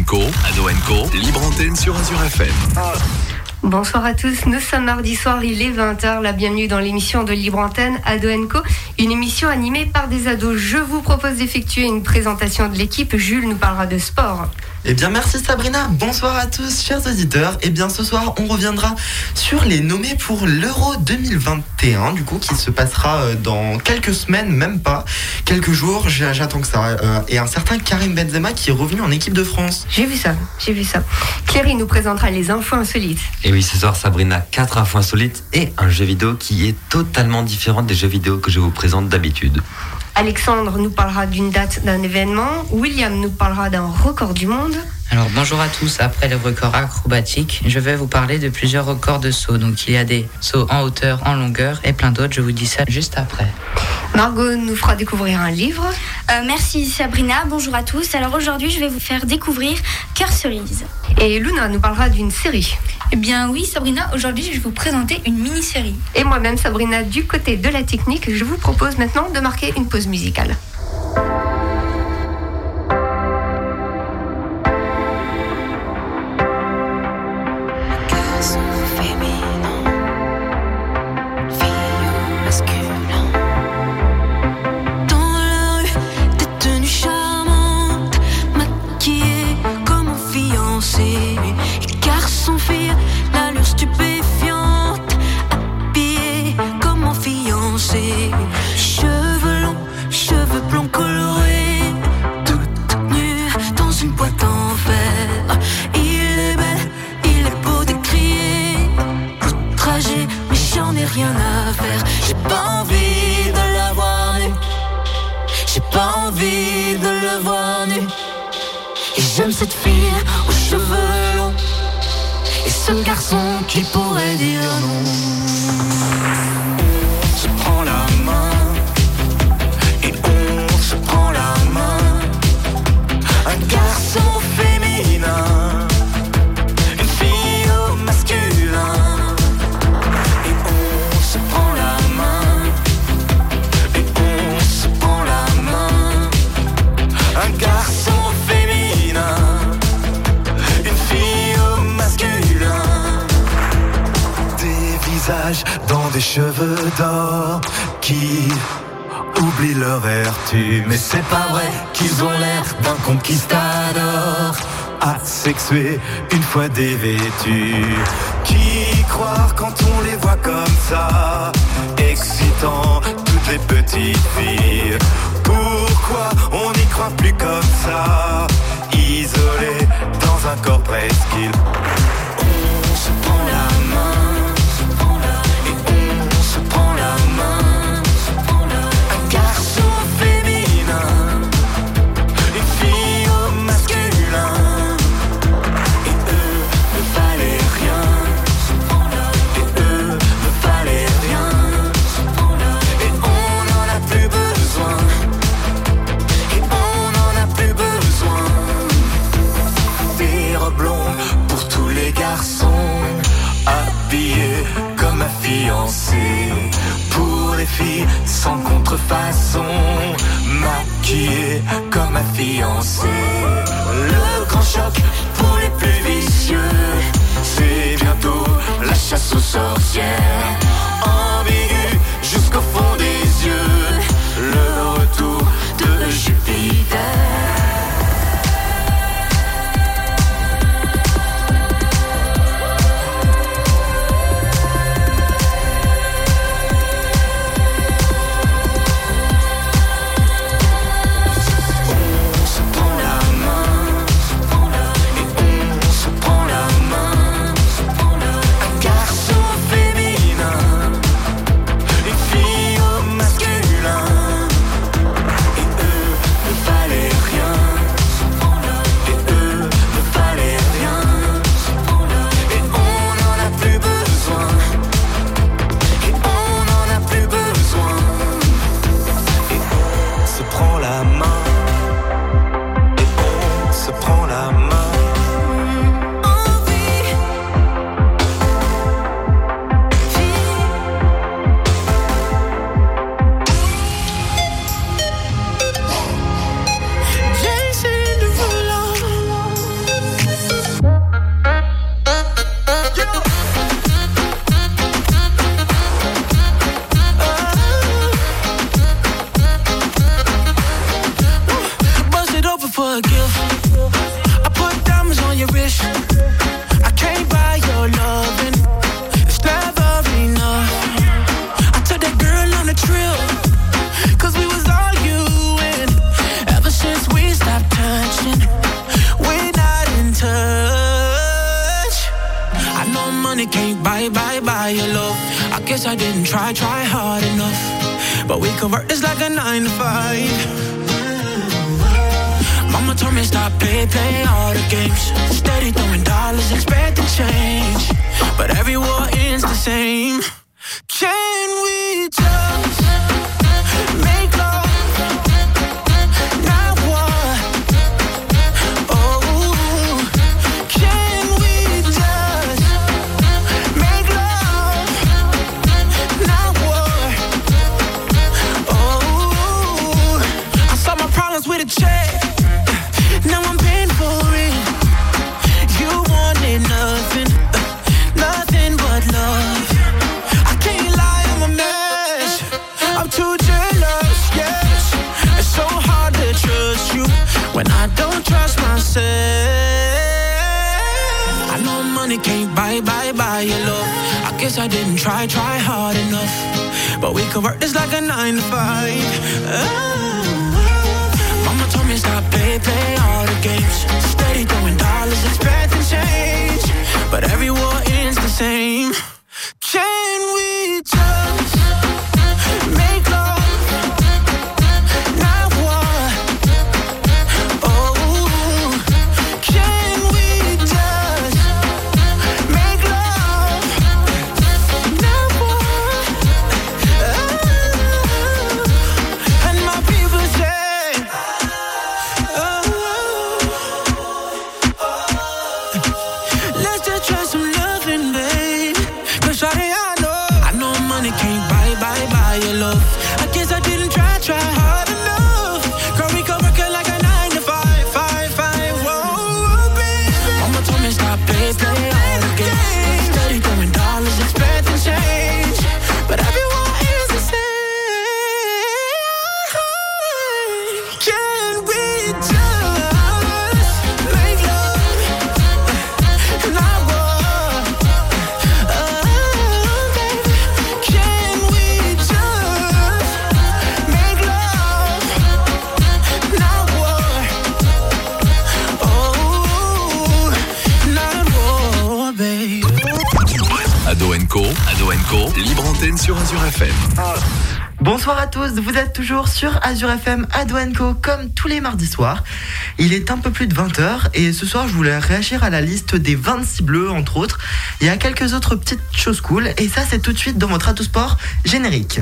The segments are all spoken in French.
Co, libre antenne sur Azure FM. Bonsoir à tous, nous sommes mardi soir, il est 20h, la bienvenue dans l'émission de Libre Antenne Ado & Co, une émission animée par des ados. Je vous propose d'effectuer une présentation de l'équipe. Jules nous parlera de sport. Eh bien merci Sabrina, bonsoir à tous chers auditeurs. Eh bien ce soir on reviendra sur les nommés pour l'Euro 2021 du coup qui se passera dans quelques semaines, même pas, quelques jours, j'attends que ça. Et un certain Karim Benzema qui est revenu en équipe de France. J'ai vu ça. Cléry nous présentera les infos insolites. Et oui, ce soir Sabrina, 4 infos insolites et un jeu vidéo qui est totalement différent des jeux vidéo que je vous présente d'habitude. Alexandre nous parlera d'une date d'un événement. William nous parlera d'un record du monde. Alors bonjour à tous, après le record acrobatique, je vais vous parler de plusieurs records de sauts. Donc il y a des sauts en hauteur, en longueur et plein d'autres, je vous dis ça juste après. Margot nous fera découvrir un livre. Merci Sabrina, bonjour à tous. Alors aujourd'hui je vais vous faire découvrir Cœur cerise. Et Luna nous parlera d'une série. Eh bien oui Sabrina, aujourd'hui je vais vous présenter une mini-série. Et moi-même Sabrina, du côté de la technique, je vous propose maintenant de marquer une pause musicale. J'aime cette fille aux cheveux longs et ce garçon qui pourrait dire non. On se prend la main et on se prend la main. Un garçon féminin, une fille au masculin. Et on se prend la main et on se prend la main. Un garçon dans des cheveux d'or qui oublient leur vertu. Mais c'est pas vrai qu'ils ont l'air d'un conquistador asexué une fois dévêtus. Qui croire quand on les voit comme ça, excitant toutes les petites filles? Pourquoi on n'y croit plus comme ça, isolé dans un corps presqu'île? On se prend la main. Un garçon féminin, une fille au masculin. Et eux ne valaient rien. Et eux ne valaient rien. Et on n'en a plus besoin. Et on n'en a plus besoin. Des robes blondes pour tous les garçons, habillés comme un fiancé. Pour les filles sans contrefaçon, maquillées comme un fiancé. Le grand choc pour les plus vicieux, c'est bientôt la chasse aux sorcières. Ambigu jusqu'au fond des yeux, le retour de Jupiter. for a gift. I put diamonds on your wrist. I can't buy your loving. It's never enough. I took that girl on a trip, 'cause we was arguing. Ever since we stopped touching, we're not in touch. I know money can't buy your love. I guess I didn't try hard enough. But we could work this like a 9 to 5. Mama told me stop play all the games. Steady throwing dollars, expecting change. But every war ends the same. Can we just make love? Not war. Oh, can we just make love? Not war. Oh, I solved my problems with a check. Now I'm paying for it. You wanted nothing, nothing but love. I can't lie, I'm a mess. I'm too jealous, yes. It's so hard to trust you when I don't trust myself. I know money can't buy your love. I guess I didn't try hard enough. But we could work this like a 9 to 5. Mama told me stop play all the games. Steady throwing dollars, expecting change. But every war ends the same. Can we just make love? Not war. Oh, can we just make love? Not war. Oh, and my people say, let's just try some loving, babe. 'Cause shawty, I know money can't buy your love. I guess I didn't try hard enough. Girl, we could work it like a 9 to 5. Whoa, baby. Mama told me stop play all the games. Steady throwing dollars, expecting change. But everyone is the same. Can we just make love? Not war. Oh, baby. Can we just make love? Not war. Oh, not war, babe. Ado & Co, libre antenne sur Azure FM. Bonsoir à tous, vous êtes toujours sur Azure FM Ado & Co comme tous les mardis soirs. Il est un peu plus de 20h et ce soir je voulais réagir à la liste des 26 bleus entre autres. Il y a quelques autres petites choses cool et ça c'est tout de suite dans votre Ado Sport générique.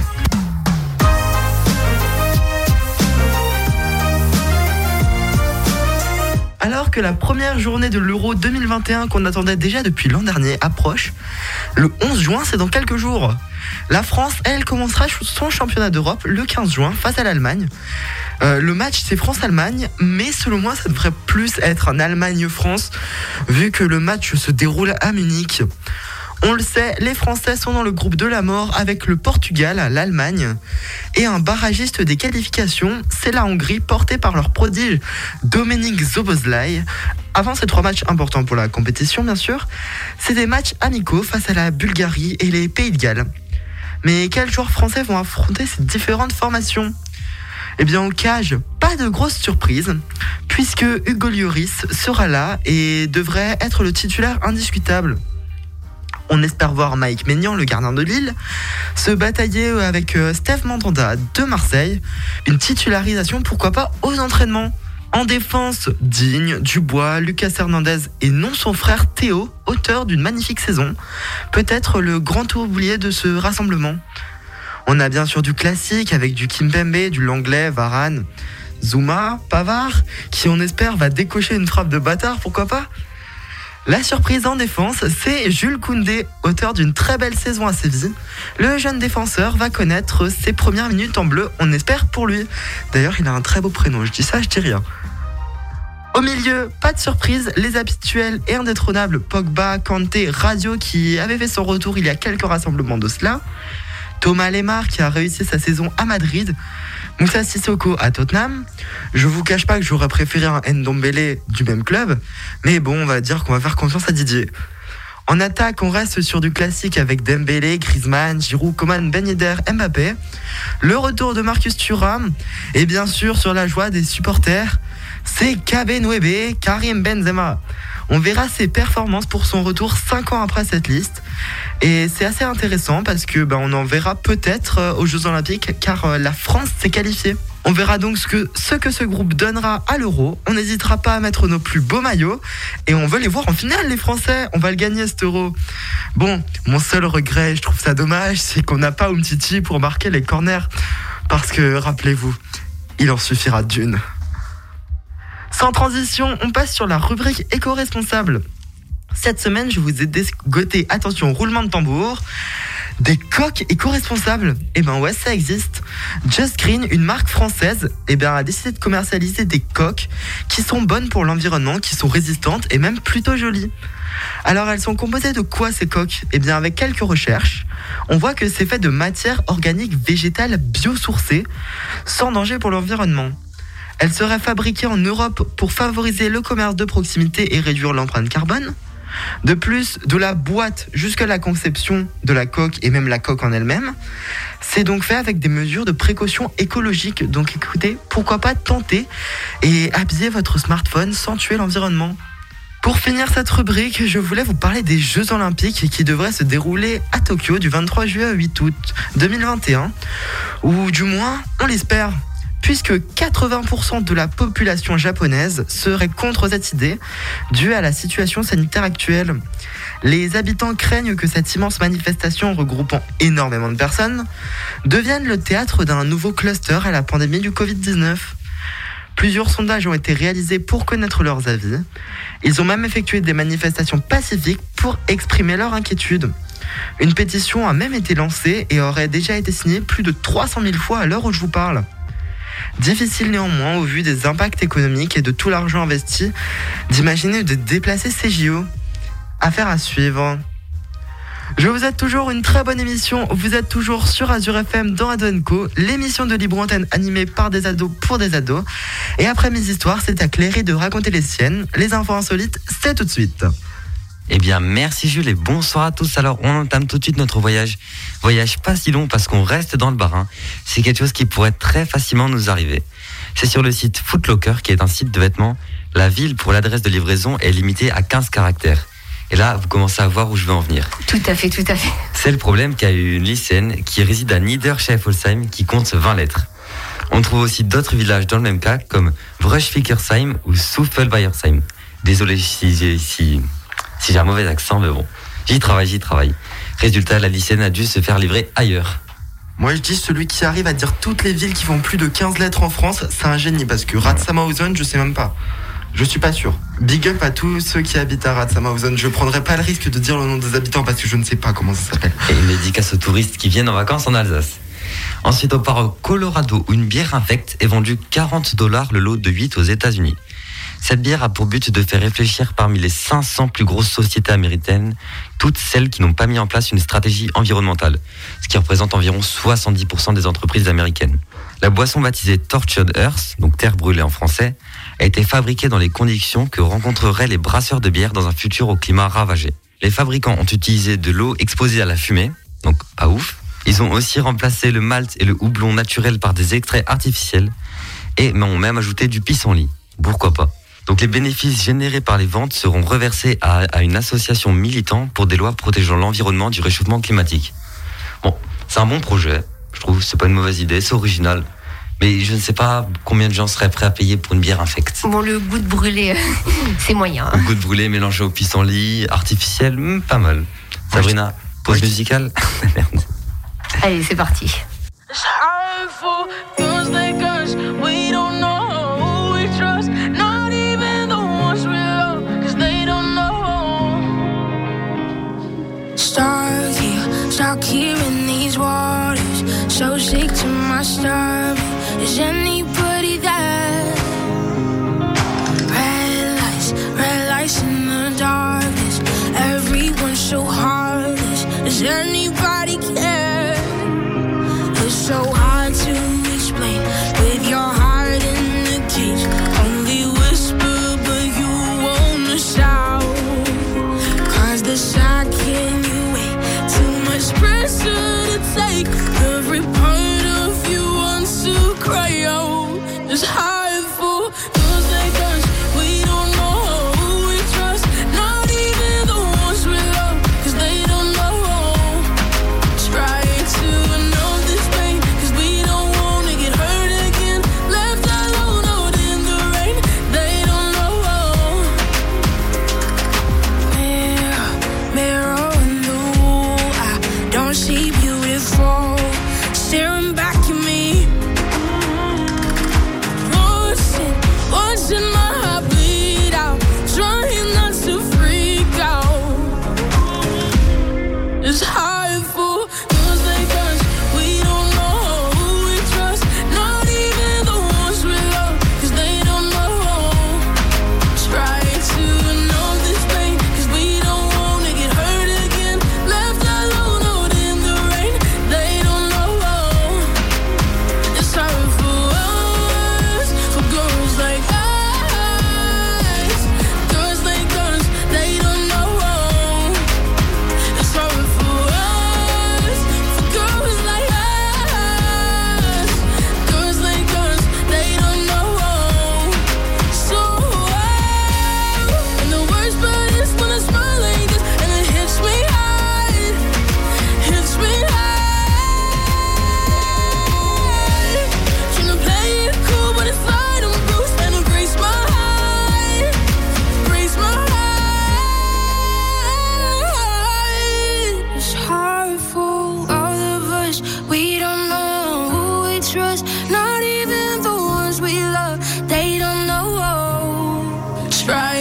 Alors que la première journée de l'Euro 2021 qu'on attendait déjà depuis l'an dernier approche, le 11 juin c'est dans quelques jours. La France, elle, commencera son championnat d'Europe le 15 juin face à l'Allemagne. Le match c'est France-Allemagne, mais selon moi ça devrait plus être un Allemagne-France vu que le match se déroule à Munich. On le sait, les Français sont dans le groupe de la mort avec le Portugal, l'Allemagne et un barragiste des qualifications, c'est la Hongrie portée par leur prodige Dominik Szoboszlai. Avant ces 3 matchs importants pour la compétition bien sûr, c'est des matchs amicaux face à la Bulgarie et les Pays de Galles. Mais quels joueurs français vont affronter ces différentes formations ? Eh bien, au cage, pas de grosse surprise, puisque Hugo Lloris sera là et devrait être le titulaire indiscutable. On espère voir Mike Maignan, le gardien de Lille, se batailler avec Steve Mandanda de Marseille. Une titularisation, pourquoi pas, aux entraînements. En défense, Digne, Dubois, Lucas Hernandez et non son frère Théo, auteur d'une magnifique saison. Peut-être le grand oublié de ce rassemblement. On a bien sûr du classique avec du Kimpembe, du Langlais, Varane, Zouma, Pavard, qui on espère va décocher une frappe de bâtard, pourquoi pas. La surprise en défense, c'est Jules Koundé, auteur d'une très belle saison à Séville. Le jeune défenseur va connaître ses premières minutes en bleu, on espère pour lui. D'ailleurs, il a un très beau prénom, je dis ça, je dis rien. Au milieu, pas de surprise, les habituels et indétrônables Pogba, Kanté, Rabiot qui avait fait son retour il y a quelques rassemblements de cela. Thomas Lemar qui a réussi sa saison à Madrid, Moussa Sissoko à Tottenham. Je vous cache pas que j'aurais préféré un Ndombele du même club, mais bon, on va dire qu'on va faire confiance à Didier. En attaque, on reste sur du classique avec Dembélé, Griezmann, Giroud, Coman, Ben Yedder, Mbappé. Le retour de Marcus Thuram et bien sûr sur la joie des supporters, c'est Kabenwebe, Karim Benzema. On verra ses performances pour son retour 5 ans après cette liste. Et c'est assez intéressant parce que on en verra peut-être aux Jeux Olympiques car la France s'est qualifiée. On verra donc ce que ce groupe donnera à l'Euro. On n'hésitera pas à mettre nos plus beaux maillots. Et on veut les voir en finale, les Français. On va le gagner, cet Euro. Bon, mon seul regret, je trouve ça dommage, c'est qu'on n'a pas Umtiti pour marquer les corners. Parce que, rappelez-vous, il en suffira d'une. Sans transition, on passe sur la rubrique éco-responsable. Cette semaine, je vous ai dégoté, attention, roulement de tambour, des coques éco-responsables. Ouais, ça existe. Just Green, une marque française, a décidé de commercialiser des coques qui sont bonnes pour l'environnement, qui sont résistantes et même plutôt jolies. Alors, elles sont composées de quoi ces coques ? Avec quelques recherches, on voit que c'est fait de matières organiques végétales biosourcées, sans danger pour l'environnement. Elles seraient fabriquées en Europe pour favoriser le commerce de proximité et réduire l'empreinte carbone. De plus, de la boîte jusqu'à la conception de la coque et même la coque en elle-même, c'est donc fait avec des mesures de précaution écologique. Donc écoutez, pourquoi pas tenter et habiller votre smartphone sans tuer l'environnement. Pour finir cette rubrique, je voulais vous parler des Jeux Olympiques qui devraient se dérouler à Tokyo du 23 juillet au 8 août 2021, ou du moins, on l'espère. Puisque 80% de la population japonaise serait contre cette idée, due à la situation sanitaire actuelle. Les habitants craignent que cette immense manifestation regroupant énormément de personnes devienne le théâtre d'un nouveau cluster à la pandémie du Covid-19. Plusieurs sondages ont été réalisés pour connaître leurs avis. Ils ont même effectué des manifestations pacifiques pour exprimer leur inquiétude. Une pétition a même été lancée et aurait déjà été signée plus de 300 000 fois à l'heure où je vous parle. Difficile néanmoins, au vu des impacts économiques et de tout l'argent investi, d'imaginer de déplacer ces JO. Affaire à suivre. Je vous souhaite toujours une très bonne émission. Vous êtes toujours sur Azure FM dans Ado & Co, l'émission de Libre Antenne animée par des ados pour des ados. Et après mes histoires, c'est à Cléry de raconter les siennes. Les infos insolites, c'est tout de suite. Merci Jules et bonsoir à tous. Alors on entame tout de suite notre voyage. Voyage pas si long parce qu'on reste dans le Bas-Rhin. C'est quelque chose qui pourrait très facilement nous arriver. C'est sur le site Footlocker qui est un site de vêtements. La ville pour l'adresse de livraison est limitée à 15 caractères. Et là, vous commencez à voir où je veux en venir. Tout à fait. C'est le problème qu'a eu une lycéenne qui réside à Niederschleifolsheim qui compte 20 lettres. On trouve aussi d'autres villages dans le même cas comme Bruchwickersheim ou Soufelbeiersheim. Désolé si j'ai un mauvais accent, mais bon, j'y travaille. Résultat, la lycéenne a dû se faire livrer ailleurs. Moi je dis, celui qui arrive à dire toutes les villes qui font plus de 15 lettres en France, c'est un génie, parce que Ratsamausen, je sais même pas. Je suis pas sûr. Big up à tous ceux qui habitent à Ratsamausen. Je prendrai pas le risque de dire le nom des habitants parce que je ne sais pas comment ça s'appelle. Et une dédicace aux touristes qui viennent en vacances en Alsace. Ensuite, on part au Colorado où une bière infecte est vendue $40 le lot de 8 aux États-Unis. Cette bière a pour but de faire réfléchir parmi les 500 plus grosses sociétés américaines, toutes celles qui n'ont pas mis en place une stratégie environnementale, ce qui représente environ 70% des entreprises américaines. La boisson baptisée Tortured Earth, donc terre brûlée en français, a été fabriquée dans les conditions que rencontreraient les brasseurs de bière dans un futur au climat ravagé. Les fabricants ont utilisé de l'eau exposée à la fumée, donc pas ouf. Ils ont aussi remplacé le malt et le houblon naturel par des extraits artificiels et ont même ajouté du pissenlit. Pourquoi pas ? Donc les bénéfices générés par les ventes seront reversés à une association militant pour des lois protégeant l'environnement du réchauffement climatique. Bon, c'est un bon projet, je trouve, c'est pas une mauvaise idée, c'est original. Mais je ne sais pas combien de gens seraient prêts à payer pour une bière infecte. Bon, le goût de brûlé, c'est moyen. Le goût de brûlé mélangé au pissenlit, artificiel, pas mal. Sabrina, pause musicale. Merde. Allez, c'est parti. Stuck here in these waters, so sick to my stomach. Is anybody there? Red lights in the darkness. Everyone's so heartless. Does anybody care?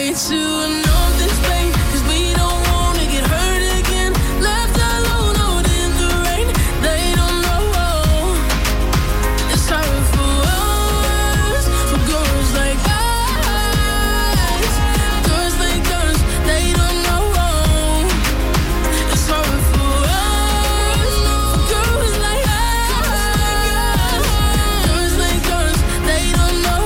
me to know this pain, 'cause we don't wanna get hurt again. Left alone out in the rain, they don't know. It's hard for us, for girls like us. Girls like us, they don't know. It's hard for us, for girls like us. Girls like us, they don't know.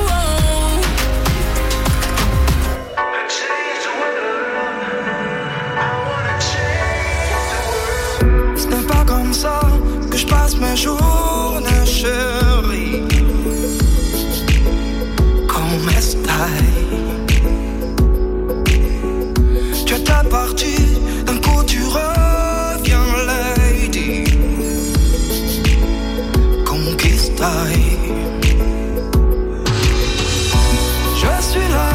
Ce n'est pas comme ça que je passe mes journées, chérie. Como estai? Tu étais parti, d'un coup tu reviens, lady. Conquistai. Je suis là,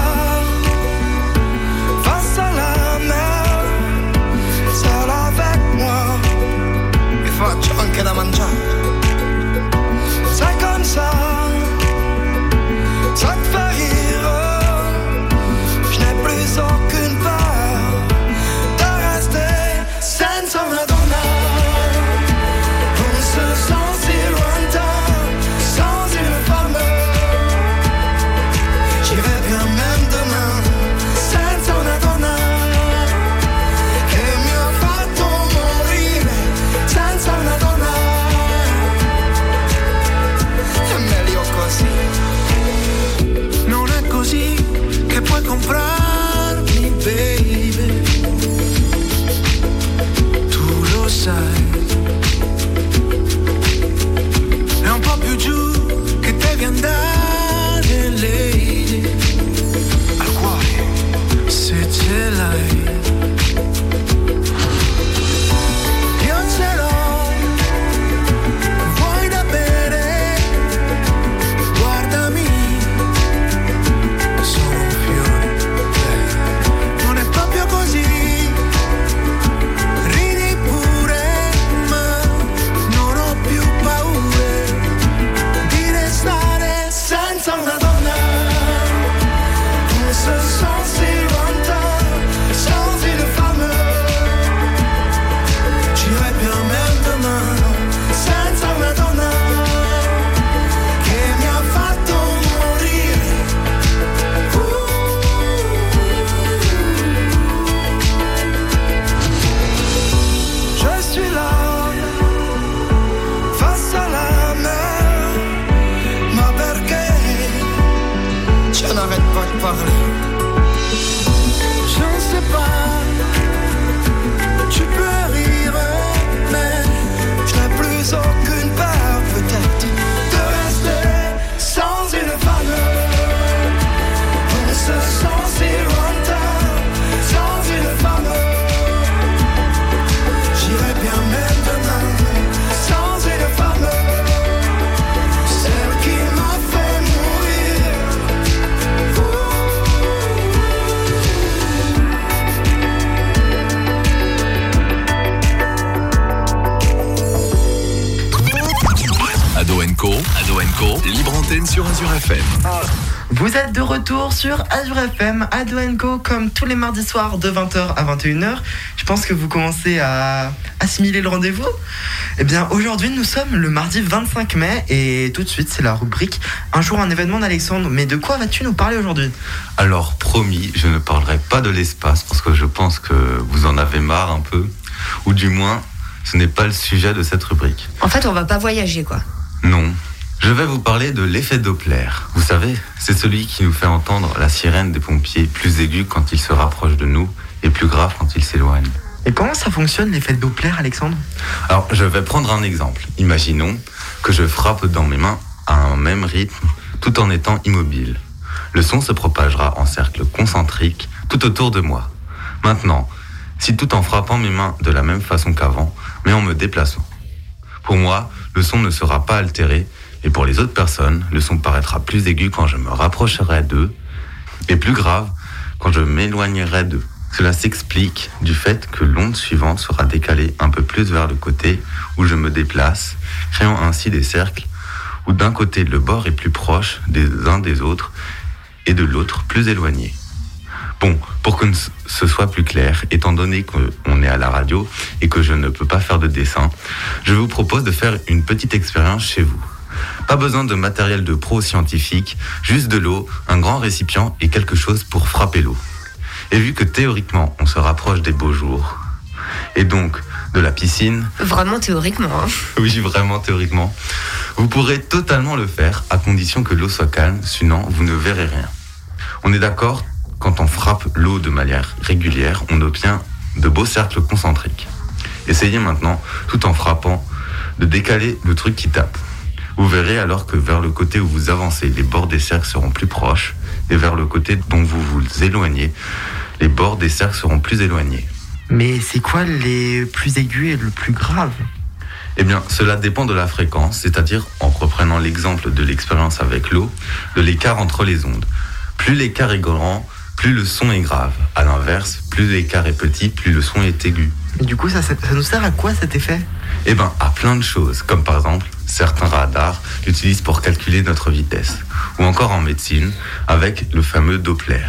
face à la mer, seul avec moi. E faccio anche da mangiare. C'est comme ça, ça te fait rire. Je n'ai plus aucune peur de rester senza una donna. On se sent si lointain, sans une femme. J'irai bien même demain, senza una donna. Che mi ha fatto morire, senza una donna. È meglio così. Non è così che puoi comprarmi, baby. Tu lo sai. È un po' più giù che devi andare, lady. Al cuore, se ce l'hai. Io ce l'ho. Vuoi da bere? Guardami. Sono un fiore. Non è proprio così. Ridi pure, ma non ho più paure di restare senza una donna. On se sent si lointain, sans une femme. J'irai bien même demain, senza una donna. Che mi ha fatto morire. Je suis là, face à la mer. Ma perché tu n'arrêtes pas de parler? Je ne sais pas. Tu peux rire, mais je n'ai plus aucune peur, peut-être, de rester sans une femme. On se sent si lointain, sans une femme. J'irai bien même demain, sans une femme. Celle qui m'a fait mourir. Ado & Co, libre antenne sur Azure FM. Vous êtes de retour sur Azure FM, Ado & Co, comme tous les mardis soirs de 20h à 21h. Je pense que vous commencez à assimiler le rendez-vous. Eh bien, aujourd'hui, nous sommes le mardi 25 mai et tout de suite, c'est la rubrique Un jour, un événement d'Alexandre. Mais de quoi vas-tu nous parler aujourd'hui ? Alors, promis, je ne parlerai pas de l'espace parce que je pense que vous en avez marre un peu. Ou du moins, ce n'est pas le sujet de cette rubrique. En fait, on va pas voyager, quoi. Non. Je vais vous parler de l'effet Doppler. Vous savez, c'est celui qui nous fait entendre la sirène des pompiers plus aiguë quand ils se rapprochent de nous et plus grave quand ils s'éloignent. Et comment ça fonctionne l'effet Doppler, Alexandre ? Alors, je vais prendre un exemple. Imaginons que je frappe dans mes mains à un même rythme tout en étant immobile. Le son se propagera en cercle concentrique tout autour de moi. Maintenant, si tout en frappant mes mains de la même façon qu'avant, mais en me déplaçant. Pour moi, le son ne sera pas altéré, et pour les autres personnes, le son paraîtra plus aigu quand je me rapprocherai d'eux, et plus grave quand je m'éloignerai d'eux. Cela s'explique du fait que l'onde suivante sera décalée un peu plus vers le côté où je me déplace, créant ainsi des cercles où d'un côté le bord est plus proche des uns des autres et de l'autre plus éloigné. Bon, pour que ce soit plus clair, étant donné qu'on est à la radio et que je ne peux pas faire de dessin, je vous propose de faire une petite expérience chez vous. Pas besoin de matériel de pro scientifique, juste de l'eau, un grand récipient et quelque chose pour frapper l'eau. Et vu que théoriquement, on se rapproche des beaux jours, et donc de la piscine... Vraiment théoriquement. Hein. Oui, vraiment théoriquement. Vous pourrez totalement le faire, à condition que l'eau soit calme, sinon vous ne verrez rien. On est d'accord, quand on frappe l'eau de manière régulière, on obtient de beaux cercles concentriques. Essayez maintenant, tout en frappant, de décaler le truc qui tape. Vous verrez alors que vers le côté où vous avancez, les bords des cercles seront plus proches, et vers le côté dont vous vous éloignez, les bords des cercles seront plus éloignés. Mais c'est quoi les plus aigus et le plus grave ? Eh bien, cela dépend de la fréquence, c'est-à-dire, en reprenant l'exemple de l'expérience avec l'eau, de l'écart entre les ondes. Plus l'écart est grand, plus le son est grave. À l'inverse, plus l'écart est petit, plus le son est aigu. Mais du coup, ça nous sert à quoi cet effet ? Eh bien, à plein de choses, comme par exemple, certains radars l'utilisent pour calculer notre vitesse, ou encore en médecine, avec le fameux Doppler.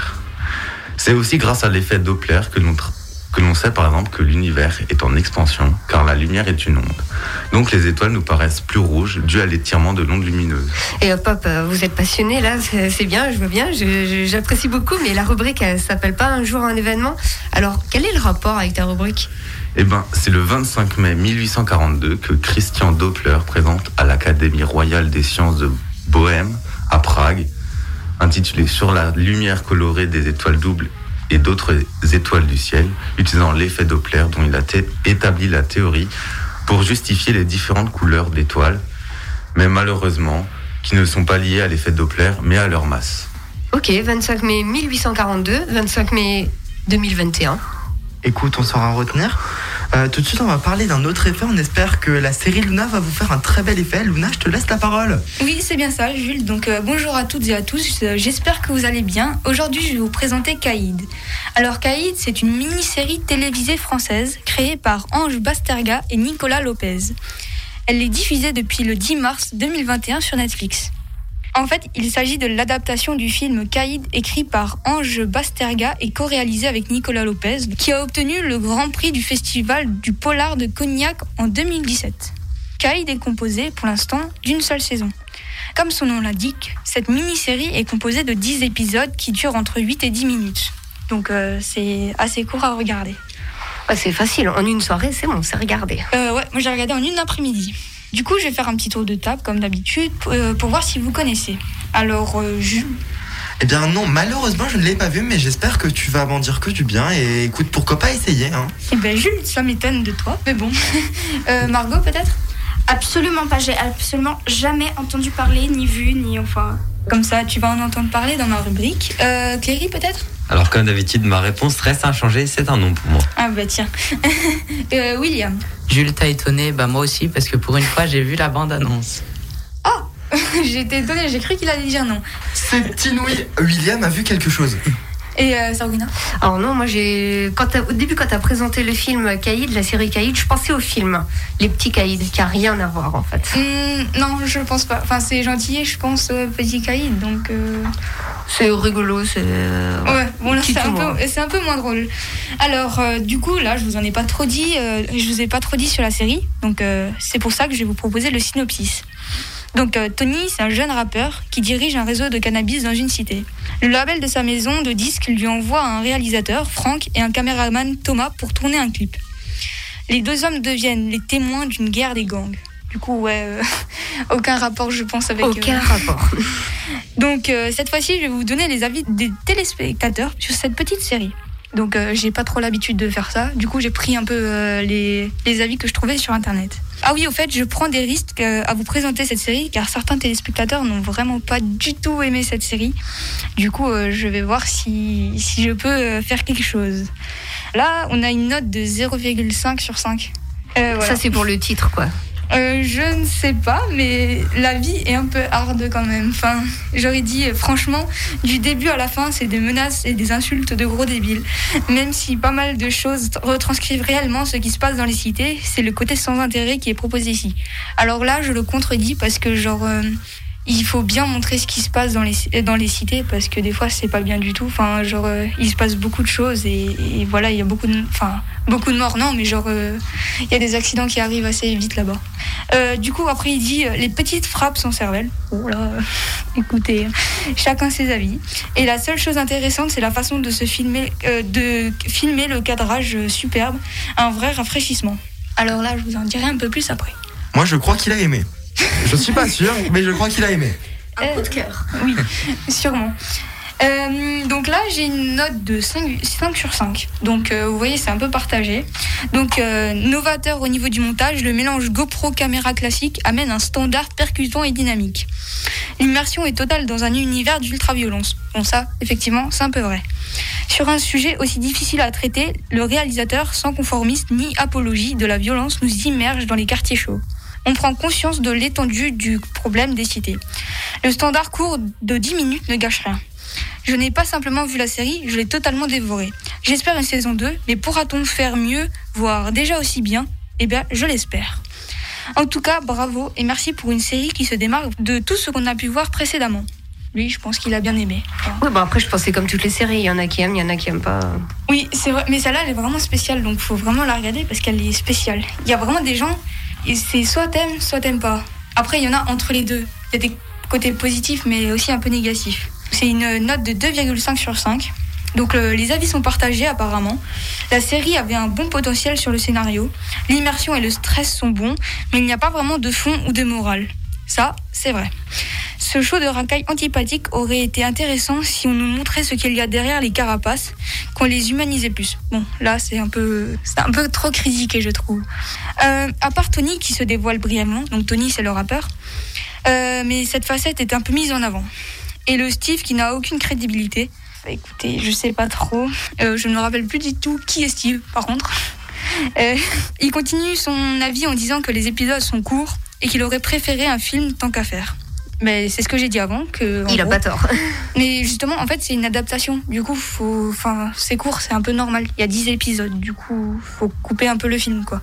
C'est aussi grâce à l'effet Doppler que l'on sait par exemple que l'univers est en expansion, car la lumière est une onde. Donc les étoiles nous paraissent plus rouges, dû à l'étirement de l'onde lumineuse. Et hop, vous êtes passionné là, c'est bien, je vois bien, j'apprécie beaucoup, mais la rubrique, elle s'appelle pas Un jour un événement. Alors, quel est le rapport avec ta rubrique ? Eh bien, c'est le 25 mai 1842 que Christian Doppler présente à l'Académie royale des sciences de Bohême, à Prague, intitulé « Sur la lumière colorée des étoiles doubles et d'autres étoiles du ciel, utilisant l'effet Doppler dont il a établi la théorie pour justifier les différentes couleurs d'étoiles, mais malheureusement, qui ne sont pas liées à l'effet Doppler, mais à leur masse. » Ok, 25 mai 1842, 25 mai 2021. Écoute, on saura en retenir. Tout de suite, on va parler d'un autre effet. On espère que la série Luna va vous faire un très bel effet. Luna, je te laisse la parole. Oui, c'est bien ça, Jules. Donc, bonjour à toutes et à tous. J'espère que vous allez bien. Aujourd'hui, je vais vous présenter Caïd. Alors, Caïd, c'est une mini-série télévisée française créée par Ange Basterga et Nicolas Lopez. Elle est diffusée depuis le 10 mars 2021 sur Netflix. En fait, il s'agit de l'adaptation du film Caïd, écrit par Ange Basterga et co-réalisé avec Nicolas Lopez, qui a obtenu le Grand Prix du Festival du Polar de Cognac en 2017. Caïd est composé, pour l'instant, d'une seule saison. Comme son nom l'indique, cette mini-série est composée de 10 épisodes qui durent entre 8 et 10 minutes. Donc c'est assez court à regarder. Ouais, c'est facile, en une soirée, c'est bon, c'est regardé. Ouais, moi j'ai regardé en une après-midi. Du coup, je vais faire un petit tour de table, comme d'habitude, pour voir si vous connaissez. Alors, Jules ? Eh bien non, malheureusement, je ne l'ai pas vu, mais j'espère que tu vas m'en dire que du bien. Et écoute, pourquoi pas essayer, hein ? Eh bien, Jules, ça m'étonne de toi, mais bon. Margot, peut-être ? Absolument pas, j'ai absolument jamais entendu parler, ni vu, ni enfin... Comme ça, tu vas en entendre parler dans ma rubrique. Cléry, peut-être ? Alors, comme d'habitude, ma réponse reste inchangée, c'est un non pour moi. Ah bah tiens. William ? Jules, t'as étonné, bah moi aussi, parce que pour une fois, j'ai vu la bande-annonce. Ah j'ai été étonnée, j'ai cru qu'il allait dire non. C'est inouï. William a vu quelque chose. Et Sabrina ? Alors non, moi au début quand t'as présenté le film Caïd, la série Caïd, je pensais au film Les Petits Caïds, qui a rien à voir en fait. Non, je pense pas. Enfin, c'est gentil, je pense Petit Caïd, donc... C'est rigolo, c'est... Ouais, bon là c'est un peu moins drôle. Alors, du coup, là, je vous ai pas trop dit sur la série, donc c'est pour ça que je vais vous proposer le synopsis. Donc Tony, c'est un jeune rappeur qui dirige un réseau de cannabis dans une cité. Le label de sa maison de disques lui envoie un réalisateur, Franck, et un caméraman, Thomas, pour tourner un clip. Les deux hommes deviennent les témoins d'une guerre des gangs. Du coup, aucun rapport, je pense, avec... Aucun rapport. Donc, cette fois-ci, je vais vous donner les avis des téléspectateurs sur cette petite série. Donc, j'ai pas trop l'habitude de faire ça. Du coup, j'ai pris un peu les avis que je trouvais sur Internet. Ah oui, au fait, je prends des risques à vous présenter cette série, car certains téléspectateurs n'ont vraiment pas du tout aimé cette série. Du coup, je vais voir si je peux faire quelque chose. Là, on a une note de 0,5 sur 5. Voilà. Ça, c'est pour le titre, quoi. Je ne sais pas, mais la vie est un peu hard quand même. Enfin, j'aurais dit, franchement, du début à la fin, c'est des menaces et des insultes de gros débiles. Même si pas mal de choses retranscrivent réellement ce qui se passe dans les cités, c'est le côté sans intérêt qui est proposé ici. Alors là, je le contredis parce que, il faut bien montrer ce qui se passe dans les cités parce que des fois c'est pas bien du tout. Enfin, genre il se passe beaucoup de choses et voilà, il y a beaucoup de morts, non, mais genre il y a des accidents qui arrivent assez vite là-bas. Du coup, après il dit les petites frappes sans cervelle. Oh là, écoutez, chacun ses avis. Et la seule chose intéressante, c'est la façon de filmer le cadrage superbe, un vrai rafraîchissement. Alors là, je vous en dirai un peu plus après. Moi, je crois qu'il a aimé. Je suis pas sûr, mais je crois qu'il a aimé. Un coup de cœur. Oui, sûrement. Donc là, j'ai une note de 5 sur 5. Donc, vous voyez, c'est un peu partagé. Donc, novateur au niveau du montage, le mélange GoPro caméra classique amène un standard percutant et dynamique. L'immersion est totale dans un univers d'ultra-violence. Bon, ça, effectivement, c'est un peu vrai. Sur un sujet aussi difficile à traiter, le réalisateur, sans conformisme ni apologie de la violence, nous immerge dans les quartiers chauds. On prend conscience de l'étendue du problème des cités. Le standard court de 10 minutes ne gâche rien. Je n'ai pas simplement vu la série, je l'ai totalement dévorée. J'espère une saison 2, mais pourra-t-on faire mieux, voire déjà aussi bien ? Eh bien, je l'espère. En tout cas, bravo et merci pour une série qui se démarque de tout ce qu'on a pu voir précédemment. Lui, je pense qu'il a bien aimé. Oui, bon après, je pensais comme toutes les séries, il y en a qui aiment, il y en a qui aiment pas. Oui, c'est vrai, mais celle-là, elle est vraiment spéciale, donc il faut vraiment la regarder parce qu'elle est spéciale. Il y a vraiment des gens, et c'est soit t'aimes pas. Après, il y en a entre les deux. Il y a des côtés positifs, mais aussi un peu négatifs. C'est une note de 2,5 sur 5. Donc les avis sont partagés apparemment. La série avait un bon potentiel sur le scénario. L'immersion et le stress sont bons, mais il n'y a pas vraiment de fond ou de morale. Ça, c'est vrai. Ce show de racailles antipathiques aurait été intéressant si on nous montrait ce qu'il y a derrière les carapaces, qu'on les humanisait plus. Bon, là, c'est un peu trop critiqué, je trouve. À part Tony qui se dévoile brièvement, donc Tony, c'est le rappeur, mais cette facette est un peu mise en avant. Et le Steve qui n'a aucune crédibilité. Bah, écoutez, je sais pas trop. Je ne me rappelle plus du tout qui est Steve, par contre. Il continue son avis en disant que les épisodes sont courts et qu'il aurait préféré un film tant qu'à faire. Mais c'est ce que j'ai dit avant. Il a pas tort. Mais justement, en fait, c'est une adaptation. Du coup, c'est court, c'est un peu normal. Il y a 10 épisodes. Du coup, faut couper un peu le film, quoi.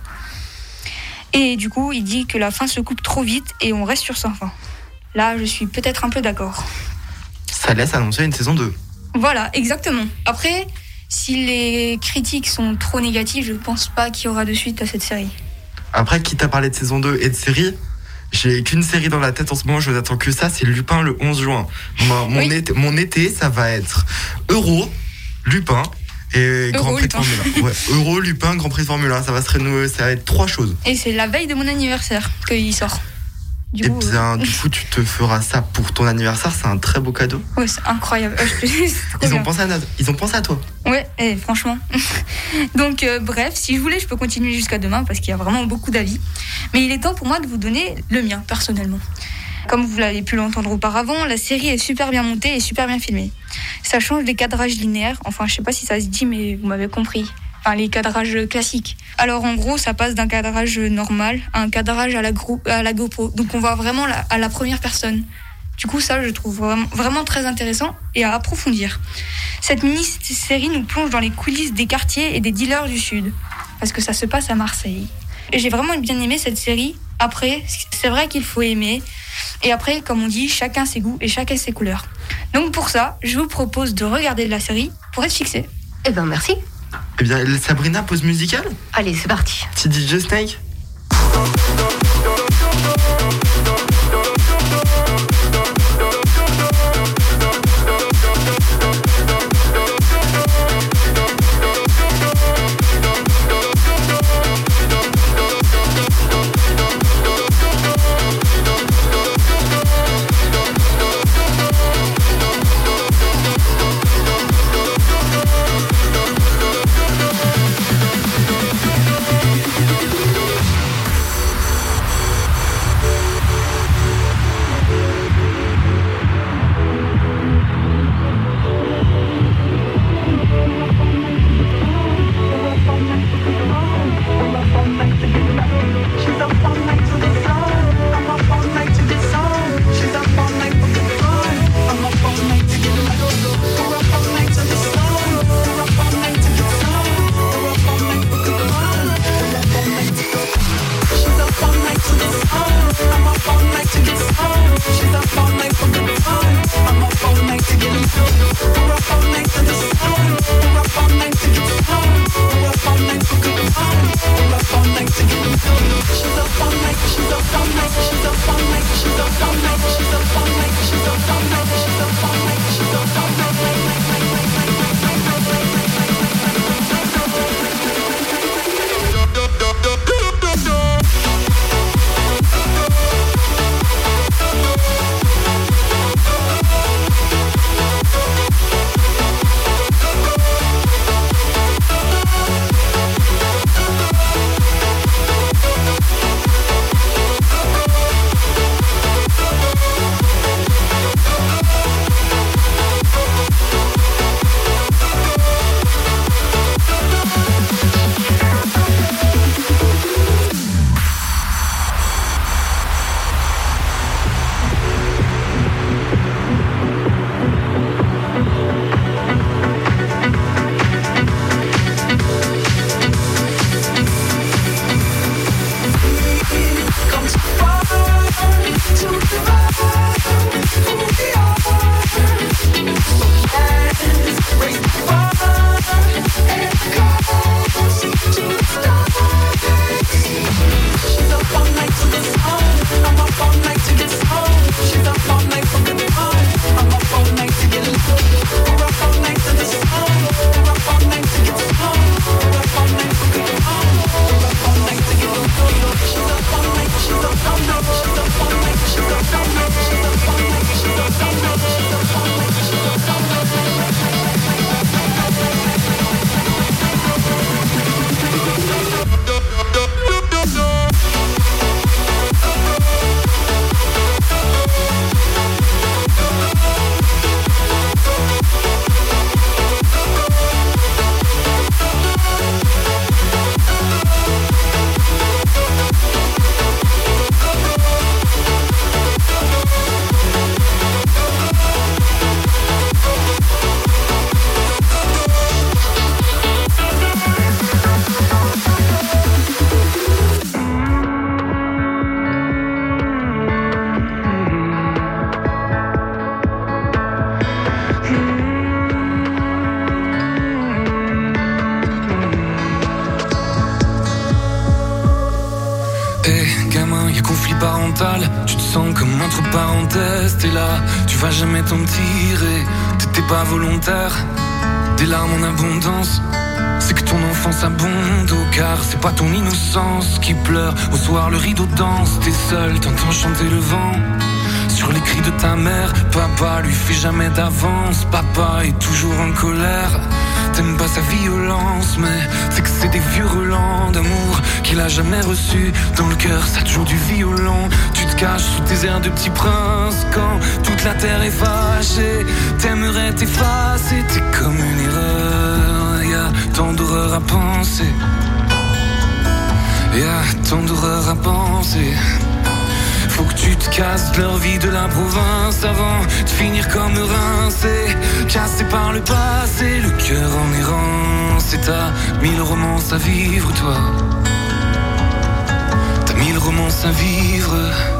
Et du coup, il dit que la fin se coupe trop vite et on reste sur sa fin. Là, je suis peut-être un peu d'accord. Ça laisse annoncer une saison 2. Voilà, exactement. Après, si les critiques sont trop négatives, je pense pas qu'il y aura de suite à cette série. Après, quitte à parler de saison 2 et de série, j'ai qu'une série dans la tête en ce moment, je n'attends que ça, c'est Lupin le 11 juin. Mon été, ça va être Euro, Lupin et Grand Prix de Formule 1. Ouais, Euro, Lupin, Grand Prix de Formule 1, ça va être 3 choses. Et c'est la veille de mon anniversaire qu'il sort. Du coup, tu te feras ça pour ton anniversaire, c'est un très beau cadeau. Ouais, c'est incroyable. Ils ont pensé à toi. Ouais, franchement. Donc, bref, si je voulais, je peux continuer jusqu'à demain parce qu'il y a vraiment beaucoup d'avis. Mais il est temps pour moi de vous donner le mien, personnellement. Comme vous l'avez pu l'entendre auparavant, la série est super bien montée et super bien filmée. Ça change des cadrages linéaires. Enfin, je sais pas si ça se dit, mais vous m'avez compris. Enfin, les cadrages classiques. Alors en gros, ça passe d'un cadrage normal à un cadrage à la GoPro. Donc on voit vraiment à la première personne. Du coup, ça, je trouve vraiment très intéressant et à approfondir. Cette mini-série nous plonge dans les coulisses des quartiers et des dealers du Sud. Parce que ça se passe à Marseille. Et j'ai vraiment bien aimé cette série. Après, c'est vrai qu'il faut aimer. Et après, comme on dit, chacun ses goûts et chacun ses couleurs. Donc pour ça, je vous propose de regarder la série pour être fixé. Eh ben merci. Eh bien, Sabrina, pause musicale ? Allez, c'est parti. Petit DJ Snake ? parental, tu te sens comme entre parenthèses. T'es là, tu vas jamais t'en tirer. T'étais pas volontaire, des larmes en abondance. C'est que ton enfance abonde au car c'est pas ton innocence qui pleure. Au soir le rideau danse, t'es seul, t'entends chanter le vent. Sur les cris de ta mère, papa lui fait jamais d'avance. Papa est toujours en colère, t'aimes pas sa violence, mais c'est que c'est des vieux relents d'amour qu'il a jamais reçu. Dans le cœur, ça a toujours du violon. Tu te caches sous tes airs de petit prince quand toute la terre est fâchée. T'aimerais t'effacer, t'es comme une erreur. Y'a tant d'horreur à penser. Y'a tant d'horreur à penser. Faut que tu te casses de leur vie de la province avant de finir comme rincé, cassé par le passé, le cœur en errance. Et t'as 1000 romances à vivre, toi. T'as 1000 romances à vivre.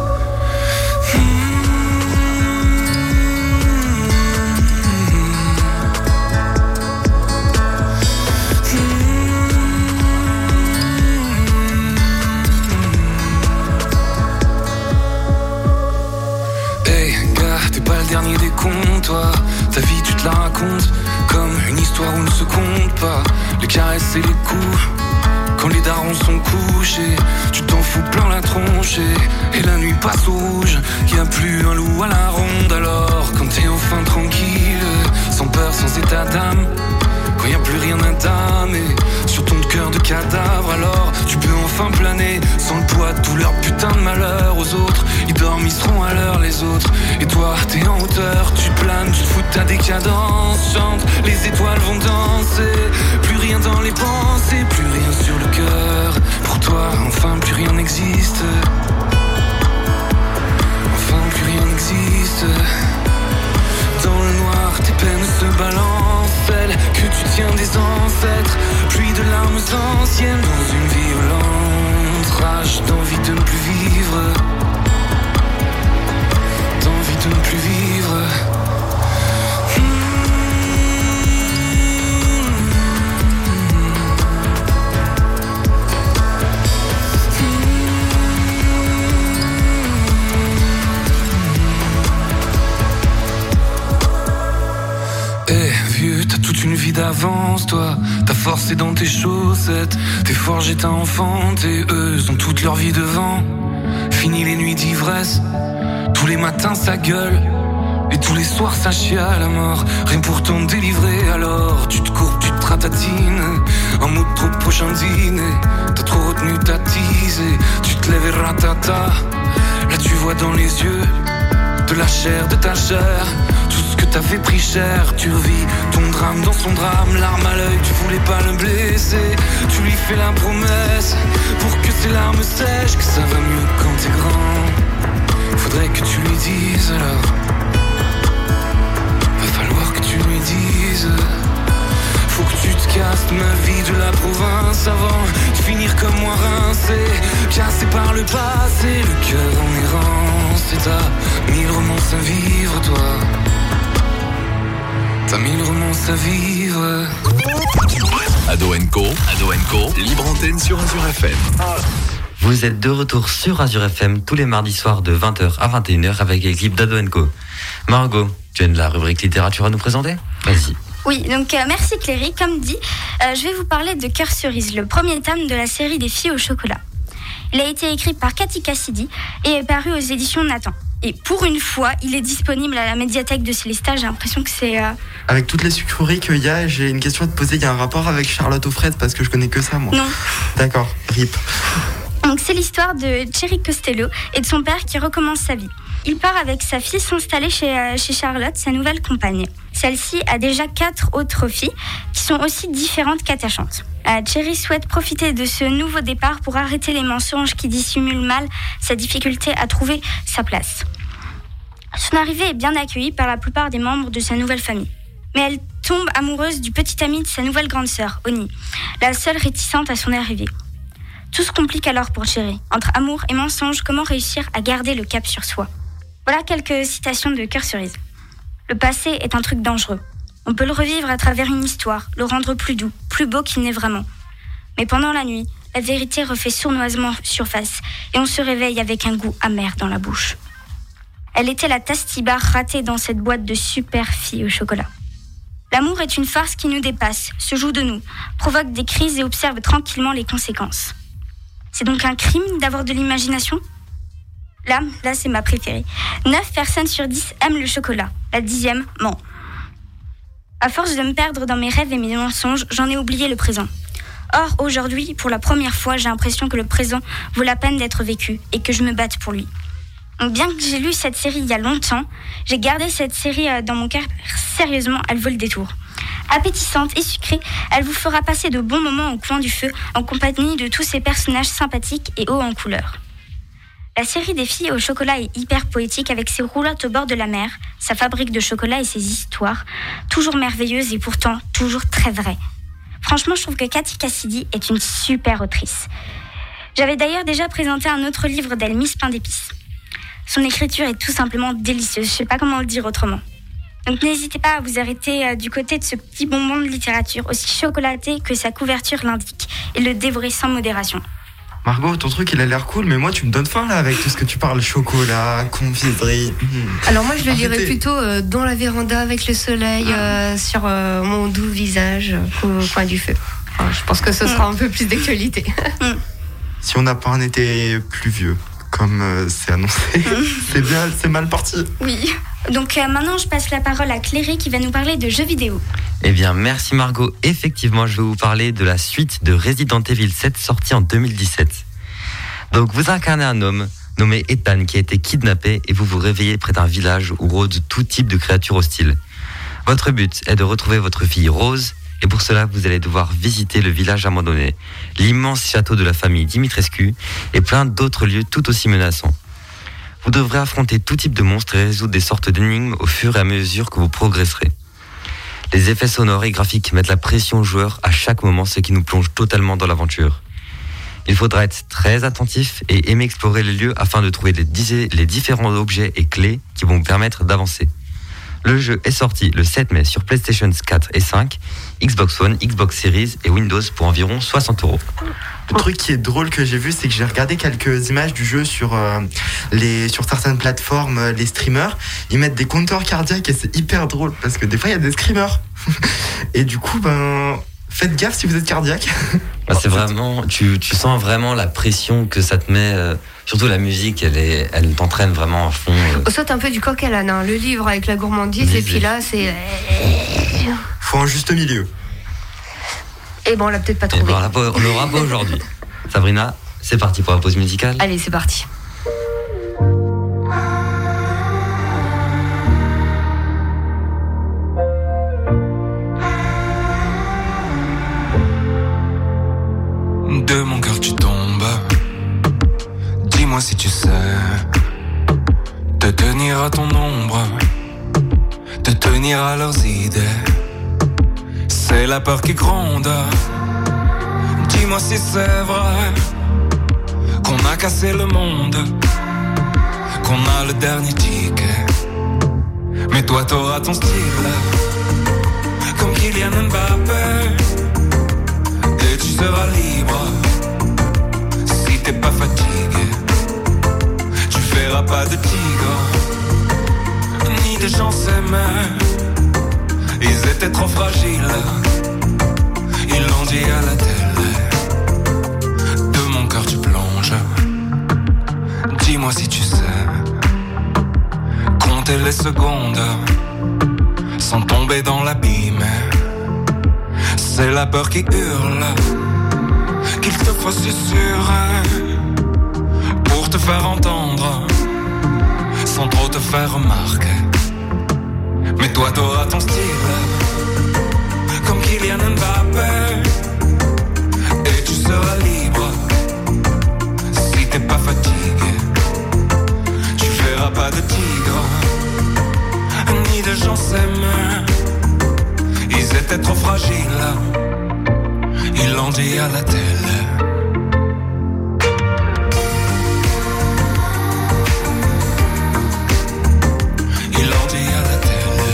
Dernier des contes, toi, ta vie tu te la racontes comme une histoire où ne se compte pas les caresses et les coups. Quand les darons sont couchés, tu t'en fous plein la tronche et la nuit passe au rouge. Y a plus un loup à la ronde alors quand t'es enfin tranquille, sans peur, sans état d'âme. Quand y a plus rien à damer sur ton cœur de cadavre, alors tu peux enfin planer sans le poids de tout leur putain de malheur. Aux autres, ils dorment, ils seront à l'heure les autres. Et toi, t'es en hauteur, tu planes, tu te fous de ta décadence. Chante, les étoiles vont danser. Plus rien dans les pensées, plus rien sur le cœur. Pour toi, enfin plus rien n'existe. Enfin plus rien n'existe. Dans le noir, tes peines se balancent, celles que tu tiens des ancêtres. Pluie de larmes anciennes dans une violente rage d'envie de ne plus vivre. D'envie de ne plus vivre. T'as toute une vie d'avance, toi. Ta force est dans tes chaussettes. T'es forgé, t'as enfanté. Eux ont toute leur vie devant. Fini les nuits d'ivresse. Tous les matins ça gueule. Et tous les soirs ça chie à la mort. Rien pour t'en délivrer. Alors tu te courbes, tu te ratatines. Un mot de trop prochain dîner. T'as trop retenu ta tise et tu te lèves et ratata. Là tu vois dans les yeux de la chair, de ta chair. Tout ce que t'avais pris cher, tu revis ton drame dans son drame. Larme à l'œil, tu voulais pas le blesser. Tu lui fais la promesse pour que ses larmes sèchent, que ça va mieux quand t'es grand. Faudrait que tu lui dises alors. Va falloir que tu lui dises. Faut que tu te casses ma vie de la province avant de finir comme moi rincé, cassé par le passé, le cœur en errance. Et t'as 1000 romances à vivre, toi. T'as 1000 romances à vivre. Ado & Co, libre antenne sur Azure FM. Vous êtes de retour sur Azure FM tous les mardis soirs de 20h à 21h avec l'équipe d'Ado & Co. Margot, tu as de la rubrique littérature à nous présenter ? Vas-y. Oui, donc merci Cléry. Comme dit, je vais vous parler de Cœur cerise, le premier tome de la série des filles au chocolat. Il a été écrit par Cathy Cassidy et est paru aux éditions Nathan. Et pour une fois, il est disponible à la médiathèque de Célestat. J'ai l'impression que c'est... Avec toutes les sucreries qu'il y a, j'ai une question à te poser. Il y a un rapport avec Charlotte aux fraises parce que je connais que ça, moi. Non. D'accord, rip. Donc c'est l'histoire de Cherry Costello et de son père qui recommence sa vie. Il part avec sa fille s'installer chez Charlotte, sa nouvelle compagne. Celle-ci a déjà 4 autres filles qui sont aussi différentes qu'attachantes. Cherry souhaite profiter de ce nouveau départ pour arrêter les mensonges qui dissimulent mal sa difficulté à trouver sa place. Son arrivée est bien accueillie par la plupart des membres de sa nouvelle famille. Mais elle tombe amoureuse du petit ami de sa nouvelle grande sœur, Oni, la seule réticente à son arrivée. Tout se complique alors pour Cherry. Entre amour et mensonge, comment réussir à garder le cap sur soi ? Voilà quelques citations de Cœur cerise. Le passé est un truc dangereux. On peut le revivre à travers une histoire, le rendre plus doux, plus beau qu'il n'est vraiment. Mais pendant la nuit, la vérité refait sournoisement surface et on se réveille avec un goût amer dans la bouche. Elle était la tastibar ratée dans cette boîte de super filles au chocolat. L'amour est une farce qui nous dépasse, se joue de nous, provoque des crises et observe tranquillement les conséquences. C'est donc un crime d'avoir de l'imagination ? Là, c'est ma préférée. 9 personnes sur 10 aiment le chocolat. La 10e ment. À force de me perdre dans mes rêves et mes mensonges, j'en ai oublié le présent. Or, aujourd'hui, pour la première fois, j'ai l'impression que le présent vaut la peine d'être vécu et que je me batte pour lui. Donc, bien que j'ai lu cette série il y a longtemps, j'ai gardé cette série dans mon cœur. Sérieusement, elle vaut le détour. Appétissante et sucrée, elle vous fera passer de bons moments au coin du feu en compagnie de tous ces personnages sympathiques et hauts en couleur. La série des filles au chocolat est hyper poétique avec ses roulottes au bord de la mer, sa fabrique de chocolat et ses histoires, toujours merveilleuses et pourtant toujours très vraies. Franchement, je trouve que Cathy Cassidy est une super autrice. J'avais d'ailleurs déjà présenté un autre livre d'elle, Miss Pain d'épices. Son écriture est tout simplement délicieuse, je ne sais pas comment le dire autrement. Donc n'hésitez pas à vous arrêter du côté de ce petit bonbon de littérature, aussi chocolaté que sa couverture l'indique, et le dévorer sans modération. Margot, ton truc il a l'air cool, mais moi tu me donnes faim là avec tout ce que tu parles, chocolat, confiserie. Alors moi je le lirais plutôt dans la véranda avec le soleil sur mon doux visage au coin du feu. Enfin, je pense que ce sera un peu plus d'actualité. Si on n'a pas un été pluvieux, comme c'est annoncé, c'est mal parti. Oui. Donc maintenant je passe la parole à Cléry qui va nous parler de jeux vidéo. Eh bien merci Margot, effectivement je vais vous parler de la suite de Resident Evil 7 sortie en 2017. Donc vous incarnez un homme nommé Ethan qui a été kidnappé et vous vous réveillez près d'un village où rôdent tout type de créatures hostiles. Votre but est de retrouver votre fille Rose et pour cela vous allez devoir visiter le village abandonné, l'immense château de la famille Dimitrescu et plein d'autres lieux tout aussi menaçants. Vous devrez affronter tout type de monstres et résoudre des sortes d'énigmes au fur et à mesure que vous progresserez. Les effets sonores et graphiques mettent la pression aux joueurs à chaque moment, ce qui nous plonge totalement dans l'aventure. Il faudra être très attentif et aimer explorer les lieux afin de trouver les différents objets et clés qui vont vous permettre d'avancer. Le jeu est sorti le 7 mai sur PlayStation 4 et 5, Xbox One, Xbox Series et Windows pour environ 60€. Le truc qui est drôle que j'ai vu, c'est que j'ai regardé quelques images du jeu sur certaines plateformes, les streamers. Ils mettent des compteurs cardiaques et c'est hyper drôle parce que des fois il y a des screamers. Et du coup, faites gaffe si vous êtes cardiaque. C'est vraiment, tu sens vraiment la pression que ça te met. Surtout la musique, elle t'entraîne vraiment à fond. On saute un peu du coq à l'âne, hein. Le livre avec la gourmandise et puis là c'est. Faut un juste milieu. Et bon, on l'a peut-être pas trouvé. On l'aura pas aujourd'hui. Sabrina, c'est parti pour la pause musicale. Allez, c'est parti. De mon cœur tu tombes. Dis-moi si tu sais te tenir à ton ombre, te tenir à leurs idées. C'est la peur qui gronde. Dis-moi si c'est vrai qu'on a cassé le monde, qu'on a le dernier ticket. Mais toi t'auras ton style, comme Kylian Mbappé. Et tu seras libre si t'es pas fatigué. Tu verras pas de tigre ni de gens s'aimer. Ils étaient trop fragiles, ils l'ont dit à la télé. De mon cœur tu plonges. Dis-moi si tu sais compter les secondes sans tomber dans l'abîme. C'est la peur qui hurle qu'il te faut susurrer pour te faire entendre sans trop te faire remarquer. Mais toi t'auras ton style, comme Kylian Mbappé. Et tu seras libre si t'es pas fatigué. Tu verras pas de tigre ni de gens s'aimer. Ils étaient trop fragiles, ils l'ont dit à la télé. Ils l'ont dit à la télé.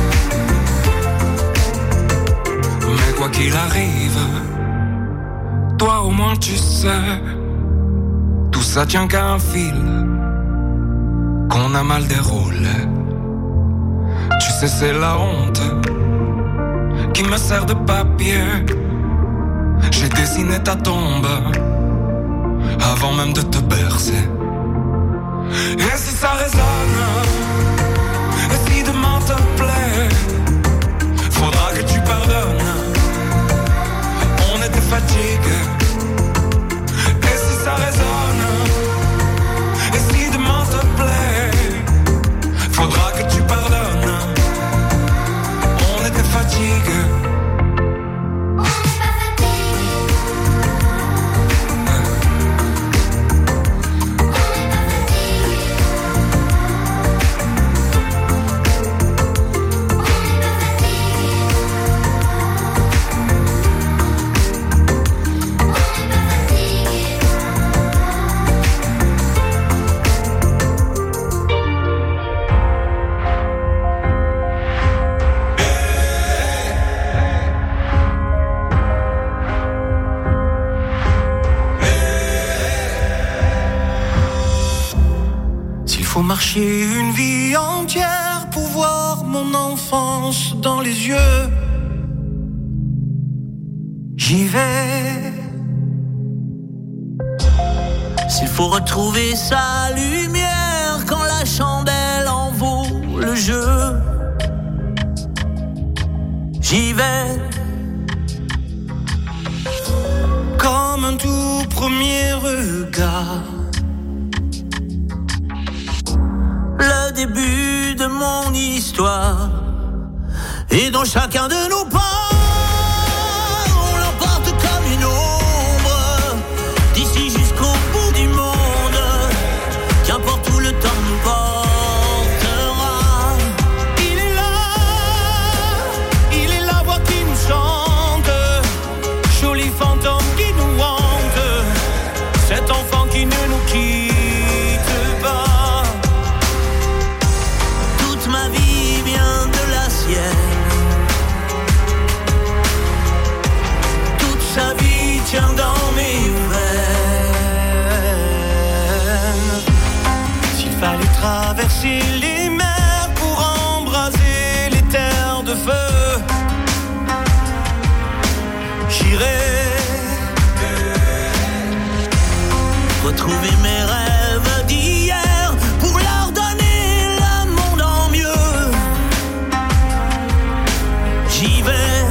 Mais quoi qu'il arrive, Toi au moins tu sais, tout ça tient qu'à un fil qu'on a mal déroulé. Tu sais c'est la honte qui me sert de papier. J'ai dessiné ta tombe avant même de te bercer. Et si ça résonne, et si demain te plaît, faudra que tu pardonnes. On était fatigués. Et si ça résonne, et si demain te plaît, faudra que tu pardonnes. On était fatigués. Faut marcher une vie entière pour voir mon enfance dans les yeux. J'y vais. S'il faut retrouver sa lumière quand la chandelle en vaut le jeu, j'y vais. Comme un tout premier regard, le début de mon histoire. Et dans chacun de nos pas, on l'emporte comme une ombre, d'ici jusqu'au bout du monde. Qu'importe où le temps nous portera. Il est la voix qui nous chante, joli fantôme qui nous hante, cet enfant qui ne nous quitte pas. Ma vie vient de la sienne. Toute sa vie tient dans mes veines. S'il fallait traverser les mers pour embraser les terres de feu, j'irai retrouver mes rêves d'hier. J'y vais.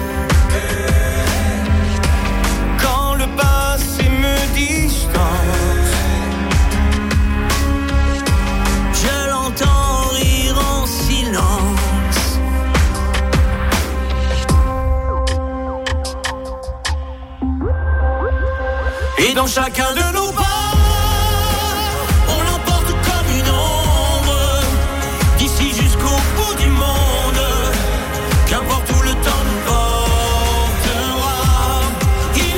Quand le passé me distance, je l'entends rire en silence. Et dans chacun de nos pas, on l'emporte comme une ombre, d'ici jusqu'au bout du monde. Qu'importe où le temps nous portera. Il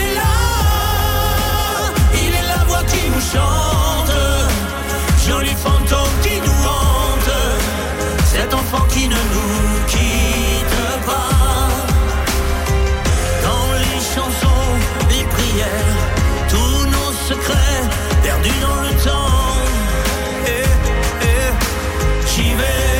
est la voix qui nous chante, joli fantôme qui nous hante, cet enfant qui ne nous quitte pas. Dans les chansons, les prières, tous nos secrets perdus dans le temps. J'y vais.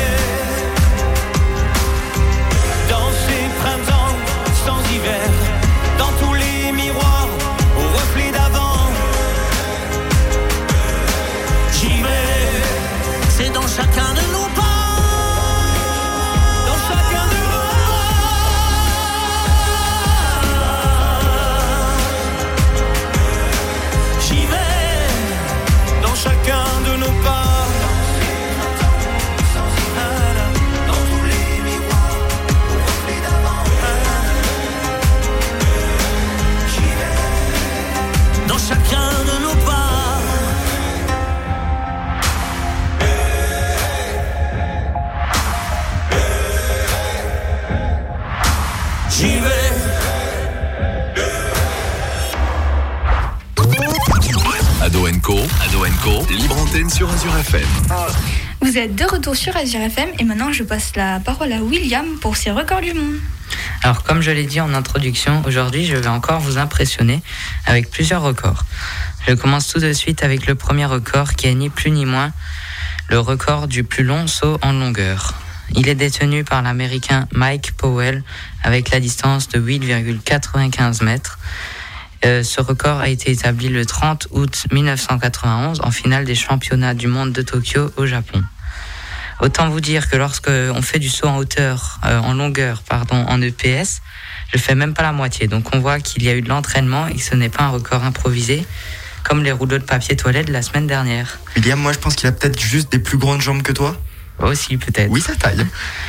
Printemps sans hiver, dans tous les miroirs, au reflet d'avant. J'y vais, c'est dans chacun de nos pas, dans chacun de nos pas. J'y vais, dans chacun de nos pas. Dans chacun de nos pas, j'y vais. Ado & Co, libre antenne sur Azure FM. Vous êtes de retour sur Azure FM et maintenant je passe la parole à William pour ses records du monde. Alors, comme je l'ai dit en introduction, aujourd'hui, je vais encore vous impressionner avec plusieurs records. Je commence tout de suite avec le premier record qui est ni plus ni moins le record du plus long saut en longueur. Il est détenu par l'Américain Mike Powell avec la distance de 8,95 mètres. Ce record a été établi le 30 août 1991 en finale des championnats du monde de Tokyo au Japon. Autant vous dire que lorsque on fait du saut en hauteur, en longueur, en EPS, je fais même pas la moitié. Donc on voit qu'il y a eu de l'entraînement et que ce n'est pas un record improvisé, comme les rouleaux de papier toilette de la semaine dernière. William, moi je pense qu'il a peut-être juste des plus grandes jambes que toi. Aussi peut-être. Oui, sa taille.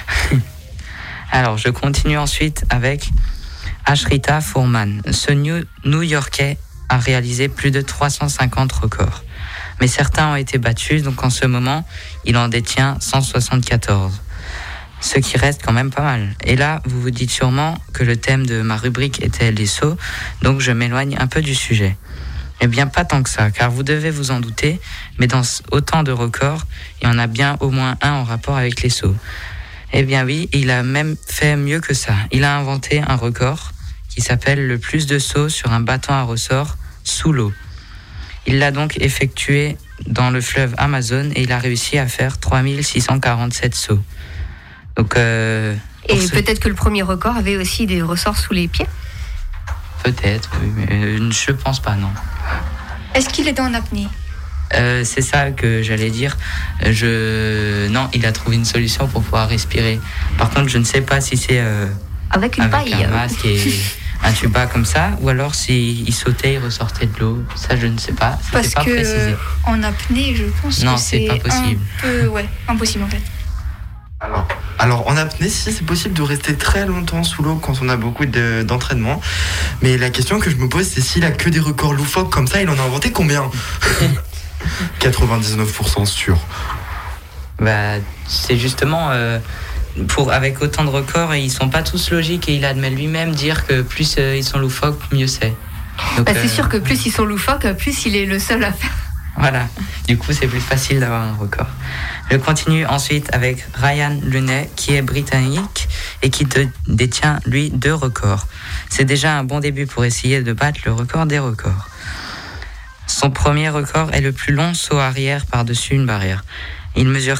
Alors je continue ensuite avec Ashrita Furman. Ce New-Yorkais a réalisé plus de 350 records. Mais certains ont été battus, donc en ce moment, il en détient 174. Ce qui reste quand même pas mal. Et là, vous vous dites sûrement que le thème de ma rubrique était les sauts, donc je m'éloigne un peu du sujet. Eh bien, pas tant que ça, car vous devez vous en douter, mais dans autant de records, il y en a bien au moins un en rapport avec les sauts. Eh bien oui, il a même fait mieux que ça. Il a inventé un record qui s'appelle le plus de sauts sur un bâton à ressort sous l'eau. Il l'a donc effectué dans le fleuve Amazon et il a réussi à faire 3647 sauts. Donc, et peut-être que le premier record avait aussi des ressorts sous les pieds. Peut-être, oui, mais je pense pas, non. Est-ce qu'il était en apnée? C'est ça que j'allais dire. Non, il a trouvé une solution pour pouvoir respirer. Par contre, je ne sais pas si c'est avec une paille, un masque et un tuba comme ça, ou alors s'il sautait, il ressortait de l'eau. Ça, je ne sais pas. Parce pas que précisé. En apnée, je pense non, que c'est pas possible. Impossible en fait. Alors en apnée, si c'est possible de rester très longtemps sous l'eau quand on a beaucoup d'entraînement. Mais la question que je me pose, c'est s'il a que des records loufoques comme ça, il en a inventé combien? 99% sûr. Bah, c'est justement avec autant de records, ils sont pas tous logiques et il admet lui-même dire que plus ils sont loufoques, mieux c'est. Donc, c'est sûr que plus ils sont loufoques, plus il est le seul à faire. Voilà, du coup c'est plus facile d'avoir un record. Je continue ensuite avec Ryan Lunay qui est britannique et qui détient lui 2 records. C'est déjà un bon début pour essayer de battre le record des records. Son premier record est le plus long saut arrière par-dessus une barrière. Il mesure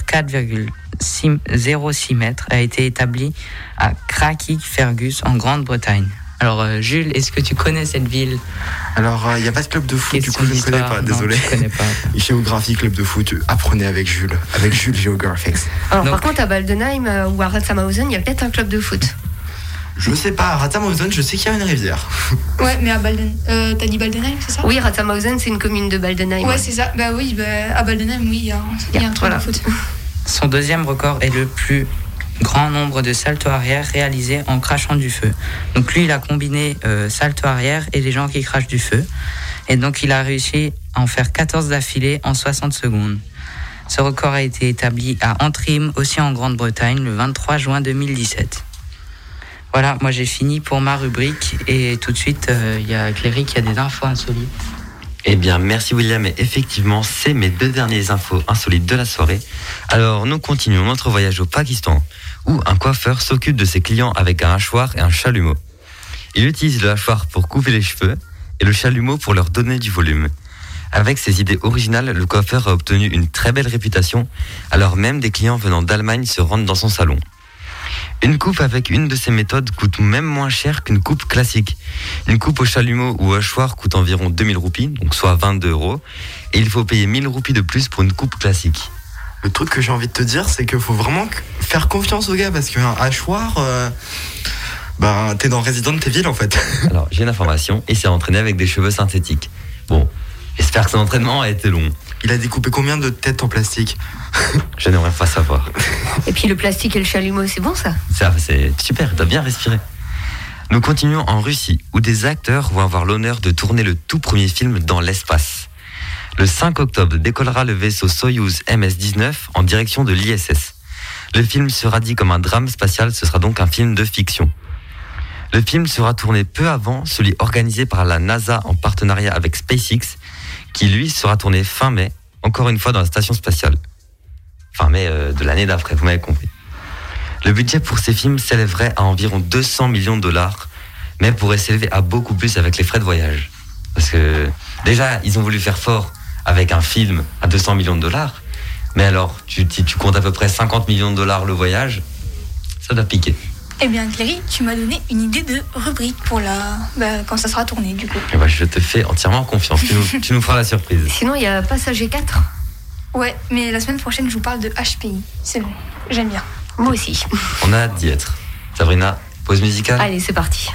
4,06 mètres et a été établi à Craigfergus en Grande-Bretagne. Alors Jules, est-ce que tu connais cette ville? Alors il n'y a pas de club de foot, du coup je ne connais pas, désolé. Non, je connais pas. Géographie, club de foot, apprenez avec Jules Géographics. Alors par contre à Baldenheim ou à Ratsamhausen, il y a peut-être un club de foot. Je sais pas, à Ratsamhausen, je sais qu'il y a une rivière. Ouais, mais à t'as dit Baldenheim, c'est ça? Oui, Ratsamhausen, c'est une commune de Baldenheim. Ouais, c'est ça. Bah oui, à Baldenheim, oui, il y a un club de foot. Son deuxième record est le plus grand nombre de saltos arrière réalisés en crachant du feu. Donc lui, il a combiné salto arrière et les gens qui crachent du feu. Et donc il a réussi à en faire 14 d'affilée en 60 secondes. Ce record a été établi à Antrim, aussi en Grande-Bretagne, le 23 juin 2017. Voilà, moi j'ai fini pour ma rubrique et tout de suite, il y a Cléry qui a des infos insolites. Eh bien, merci William, et effectivement, c'est mes 2 dernières infos insolites de la soirée. Alors, nous continuons notre voyage au Pakistan, où un coiffeur s'occupe de ses clients avec un hachoir et un chalumeau. Il utilise le hachoir pour couper les cheveux et le chalumeau pour leur donner du volume. Avec ses idées originales, le coiffeur a obtenu une très belle réputation, alors même des clients venant d'Allemagne se rendent dans son salon. Une coupe avec une de ces méthodes coûte même moins cher qu'une coupe classique. Une coupe au chalumeau ou au hachoir coûte environ 2000 roupies, donc soit 22 €, et il faut payer 1000 roupies de plus pour une coupe classique. Le truc que j'ai envie de te dire, c'est qu'il faut vraiment faire confiance aux gars, parce qu'un hachoir, t'es dans Resident Evil en fait. Alors, j'ai une information, il s'est entraîné avec des cheveux synthétiques. Bon, j'espère que son entraînement a été long. Il a découpé combien de têtes en plastique? Je n'aimerais pas savoir. Et puis le plastique et le chalumeau, c'est bon ça? Ça, c'est super, t'as bien respiré. Nous continuons en Russie, où des acteurs vont avoir l'honneur de tourner le tout premier film dans l'espace. Le 5 octobre décollera le vaisseau Soyouz MS-19 en direction de l'ISS. Le film sera dit comme un drame spatial, ce sera donc un film de fiction. Le film sera tourné peu avant celui organisé par la NASA en partenariat avec SpaceX, qui lui sera tourné fin mai, encore une fois dans la station spatiale. Fin mai de l'année d'après, vous m'avez compris. Le budget pour ces films s'élèverait à environ 200 millions de dollars, mais pourrait s'élever à beaucoup plus avec les frais de voyage. Parce que déjà, ils ont voulu faire fort avec un film à 200 millions de dollars, mais alors, tu comptes à peu près 50 millions de dollars le voyage, ça doit piquer. Eh bien, Cléry, tu m'as donné une idée de rubrique pour quand ça sera tourné, du coup. Et bah, je te fais entièrement confiance. Tu nous feras la surprise. Sinon, il y a Passager 4. Ouais, mais la semaine prochaine, je vous parle de HPI. C'est bon, j'aime bien. Moi aussi. On a hâte d'y être. Sabrina, pause musicale. Allez, c'est parti.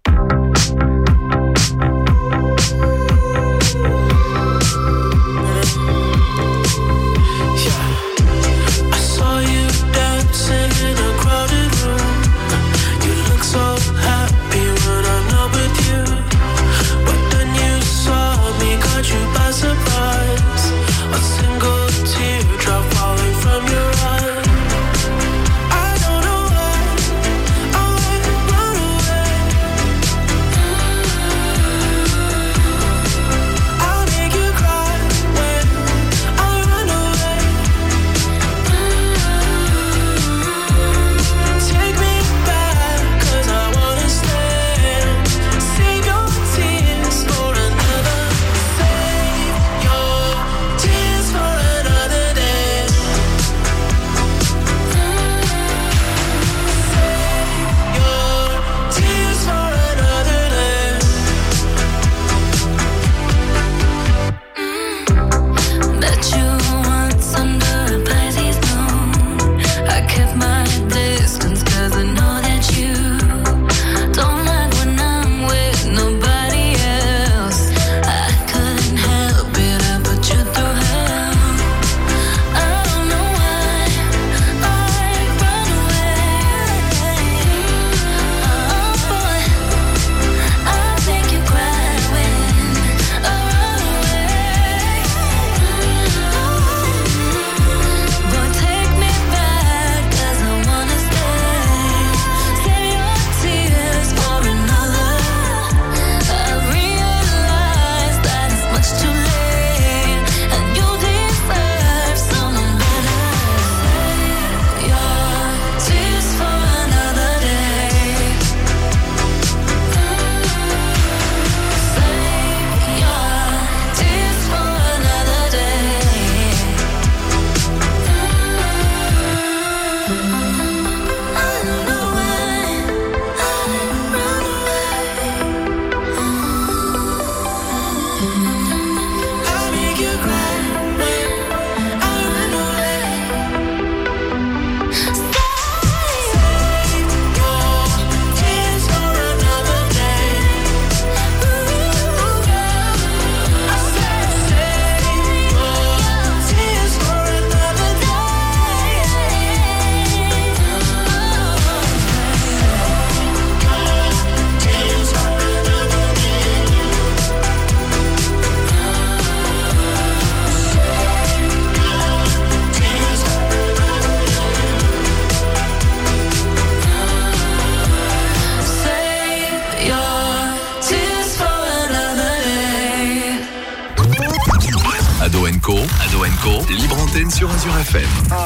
Ado & Co, libre antenne sur Azure FM.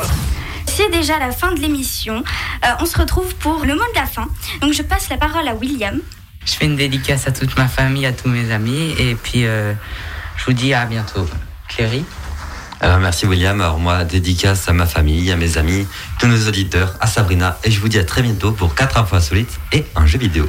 C'est déjà la fin de l'émission. On se retrouve pour le mot de la fin. Donc je passe la parole à William. Je fais une dédicace à toute ma famille, à tous mes amis. Et puis, je vous dis à bientôt. Cléry. Merci William. Alors moi, dédicace à ma famille, à mes amis, tous nos auditeurs, à Sabrina. Et je vous dis à très bientôt pour 4 infos insolites et un jeu vidéo.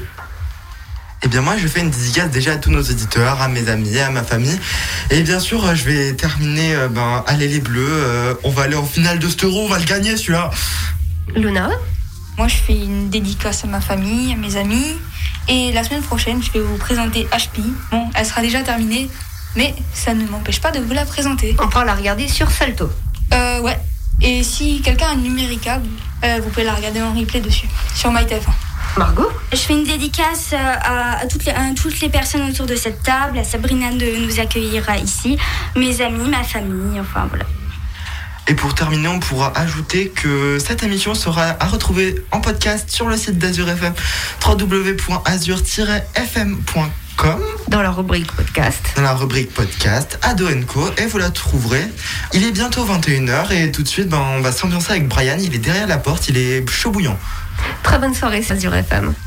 Eh bien moi je fais une dédicace déjà à tous nos auditeurs, à mes amis, à ma famille. Et bien sûr je vais terminer, allez les Bleus, on va aller en finale de cet Euro, on va le gagner celui-là. Luna? Moi je fais une dédicace à ma famille, à mes amis. Et la semaine prochaine je vais vous présenter HPI. Bon, elle sera déjà terminée, mais ça ne m'empêche pas de vous la présenter. On pourra la regarder sur Salto. Ouais. Et si quelqu'un a une Numérica, vous pouvez la regarder en replay dessus, sur MyTF1. Margot? Je fais une dédicace à toutes les personnes autour de cette table, à Sabrina de nous accueillir ici, mes amis, ma famille, enfin voilà. Et pour terminer, on pourra ajouter que cette émission sera à retrouver en podcast sur le site d'Azure FM, www.azure-fm.com. comme dans la rubrique podcast. Dans la rubrique podcast, Ado & Co, et vous la trouverez. Il est bientôt 21h et tout de suite, on va s'ambiancer avec Brian. Il est derrière la porte, il est chaud bouillant. Très bonne soirée sur Azure FM.